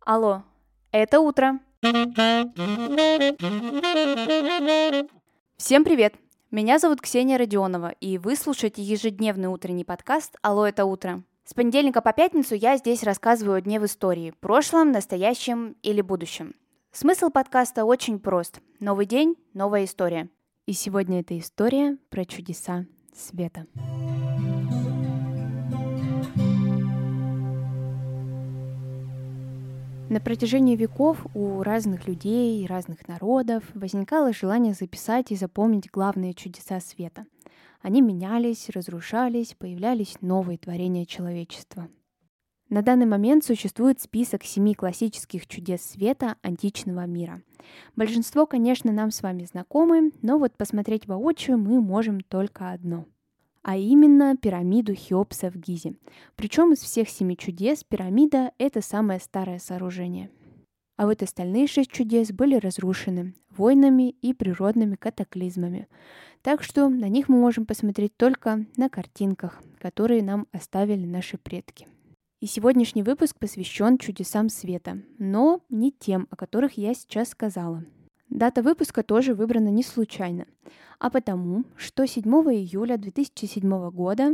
Алло, это утро. Всем привет! Меня зовут Ксения Родионова, и вы слушаете ежедневный утренний подкаст «Алло, это утро». С понедельника по пятницу я здесь рассказываю о дне в истории, прошлом, настоящем или будущем. Смысл подкаста очень прост. Новый день, новая история. И сегодня эта история про чудеса света. На протяжении веков у разных людей, разных народов возникало желание записать и запомнить главные чудеса света. Они менялись, разрушались, появлялись новые творения человечества. На данный момент существует список 7 классических чудес света античного мира. Большинство, конечно, нам с вами знакомы, но вот посмотреть воочию мы можем только одно. А именно пирамиду Хеопса в Гизе. Причем из всех 7 чудес пирамида – это самое старое сооружение. А вот остальные 6 чудес были разрушены войнами и природными катаклизмами. Так что на них мы можем посмотреть только на картинках, которые нам оставили наши предки. И сегодняшний выпуск посвящен чудесам света, но не тем, о которых я сейчас сказала. Дата выпуска тоже выбрана не случайно, а потому, что 7 июля 2007 года,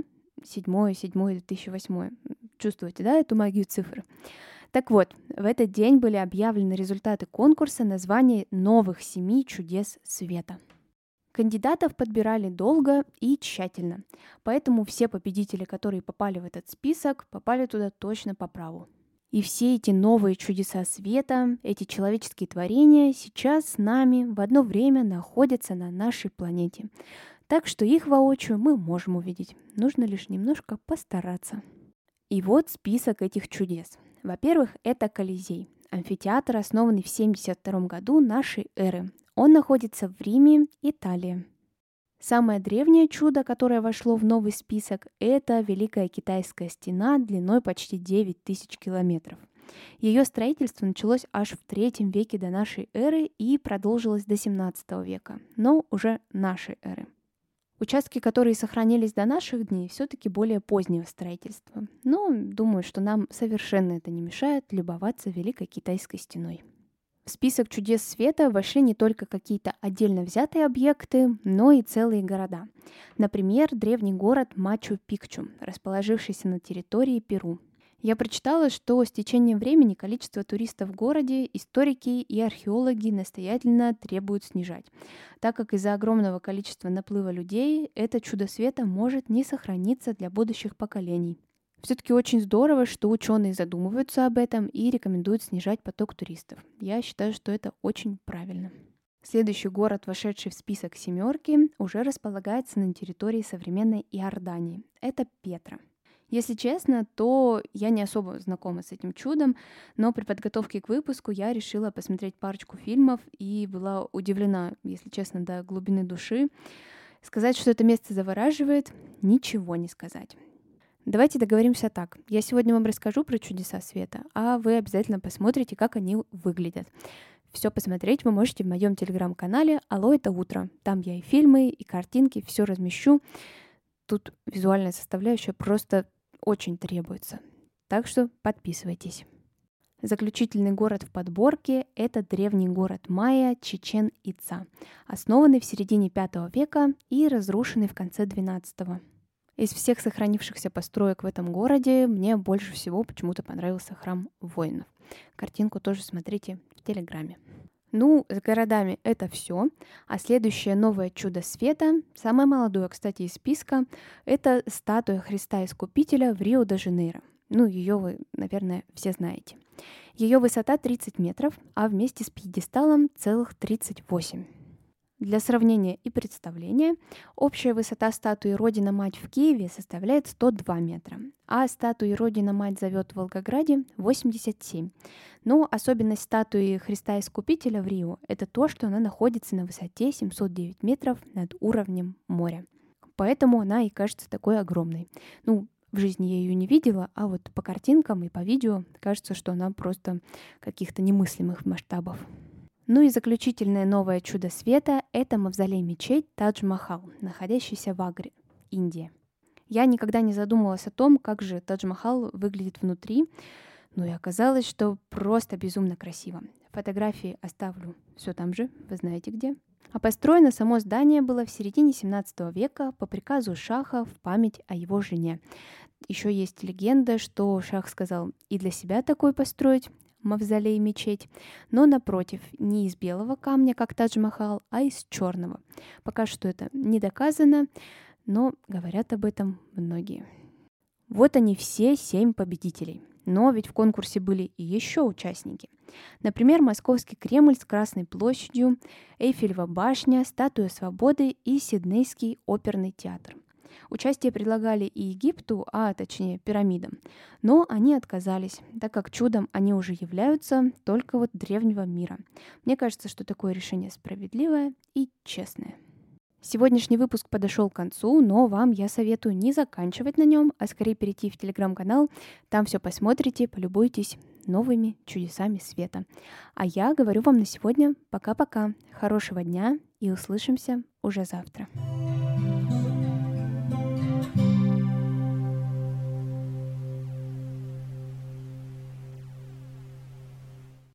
7-2008, чувствуете, да, эту магию цифр? Так вот, в этот день были объявлены результаты конкурса на звание новых 7 чудес света. Кандидатов подбирали долго и тщательно, поэтому все победители, которые попали в этот список, попали туда точно по праву. И все эти новые чудеса света, эти человеческие творения сейчас с нами в одно время находятся на нашей планете. Так что их воочию мы можем увидеть. Нужно лишь немножко постараться. И вот список этих чудес. Во-первых, это Колизей. Амфитеатр, основанный в 72 году нашей эры. Он находится в Риме, Италия. Самое древнее чудо, которое вошло в новый список, это Великая Китайская стена длиной почти 9000 километров. Ее строительство началось аж в III веке до нашей эры и продолжилось до 17 века, но уже нашей эры. Участки, которые сохранились до наших дней, все-таки более позднего строительства. Но думаю, что нам совершенно это не мешает любоваться Великой Китайской стеной. В список чудес света вошли не только какие-то отдельно взятые объекты, но и целые города. Например, древний город Мачу-Пикчу, расположившийся на территории Перу. Я прочитала, что с течением времени количество туристов в городе историки и археологи настоятельно требуют снижать, так как из-за огромного количества наплыва людей это чудо света может не сохраниться для будущих поколений. Все-таки очень здорово, что ученые задумываются об этом и рекомендуют снижать поток туристов. Я считаю, что это очень правильно. Следующий город, вошедший в список семерки, уже располагается на территории современной Иордании. Это Петра. Если честно, то я не особо знакома с этим чудом, но при подготовке к выпуску я решила посмотреть парочку фильмов и была удивлена, если честно, до глубины души. Сказать, что это место завораживает, ничего не сказать. Давайте договоримся так. Я сегодня вам расскажу про чудеса света, а вы обязательно посмотрите, как они выглядят. Все посмотреть вы можете в моем телеграм-канале «Алло, это утро». Там я и фильмы, и картинки, все размещу. Тут визуальная составляющая просто очень требуется. Так что подписывайтесь. Заключительный город в подборке – это древний город майя Чичен-Ица, основанный в середине V века и разрушенный в конце XII. Из всех сохранившихся построек в этом городе мне больше всего почему-то понравился храм воинов. Картинку тоже смотрите в Телеграме. Ну, с городами это все. А следующее новое чудо света, самое молодое, кстати, из списка, это статуя Христа Искупителя в Рио-де-Жанейро. Ну, ее вы, наверное, все знаете. Ее высота 30 метров, а вместе с пьедесталом целых 38. Для сравнения и представления, общая высота статуи Родина-Мать в Киеве составляет 102 метра, а статуи Родина-Мать зовет в Волгограде 87. Но особенность статуи Христа Искупителя в Рио – это то, что она находится на высоте 709 метров над уровнем моря. Поэтому она и кажется такой огромной. Ну, в жизни я ее не видела, а вот по картинкам и по видео кажется, что она просто каких-то немыслимых масштабов. Ну и заключительное новое чудо света – это мавзолей-мечеть Тадж-Махал, находящийся в Агре, Индия. Я никогда не задумывалась о том, как же Тадж-Махал выглядит внутри, Ну и оказалось, что просто безумно красиво. Фотографии оставлю все там же, вы знаете где. А построено само здание было в середине 17 века по приказу шаха в память о его жене. Еще есть легенда, что шах сказал и для себя такой построить мавзолей-мечеть, но напротив, не из белого камня, как Тадж-Махал, а из черного. Пока что это не доказано, но говорят об этом многие. Вот они все 7 победителей. Но ведь в конкурсе были и еще участники. Например, Московский Кремль с Красной площадью, Эйфелева башня, Статуя Свободы и Сиднейский оперный театр. Участие предлагали и Египту, а точнее пирамидам, но они отказались, так как чудом они уже являются только вот древнего мира. Мне кажется, что такое решение справедливое и честное. Сегодняшний выпуск подошел к концу, но вам я советую не заканчивать на нем, а скорее перейти в телеграм-канал. Там все посмотрите, полюбуйтесь новыми чудесами света. А я говорю вам на сегодня пока-пока, хорошего дня и услышимся уже завтра.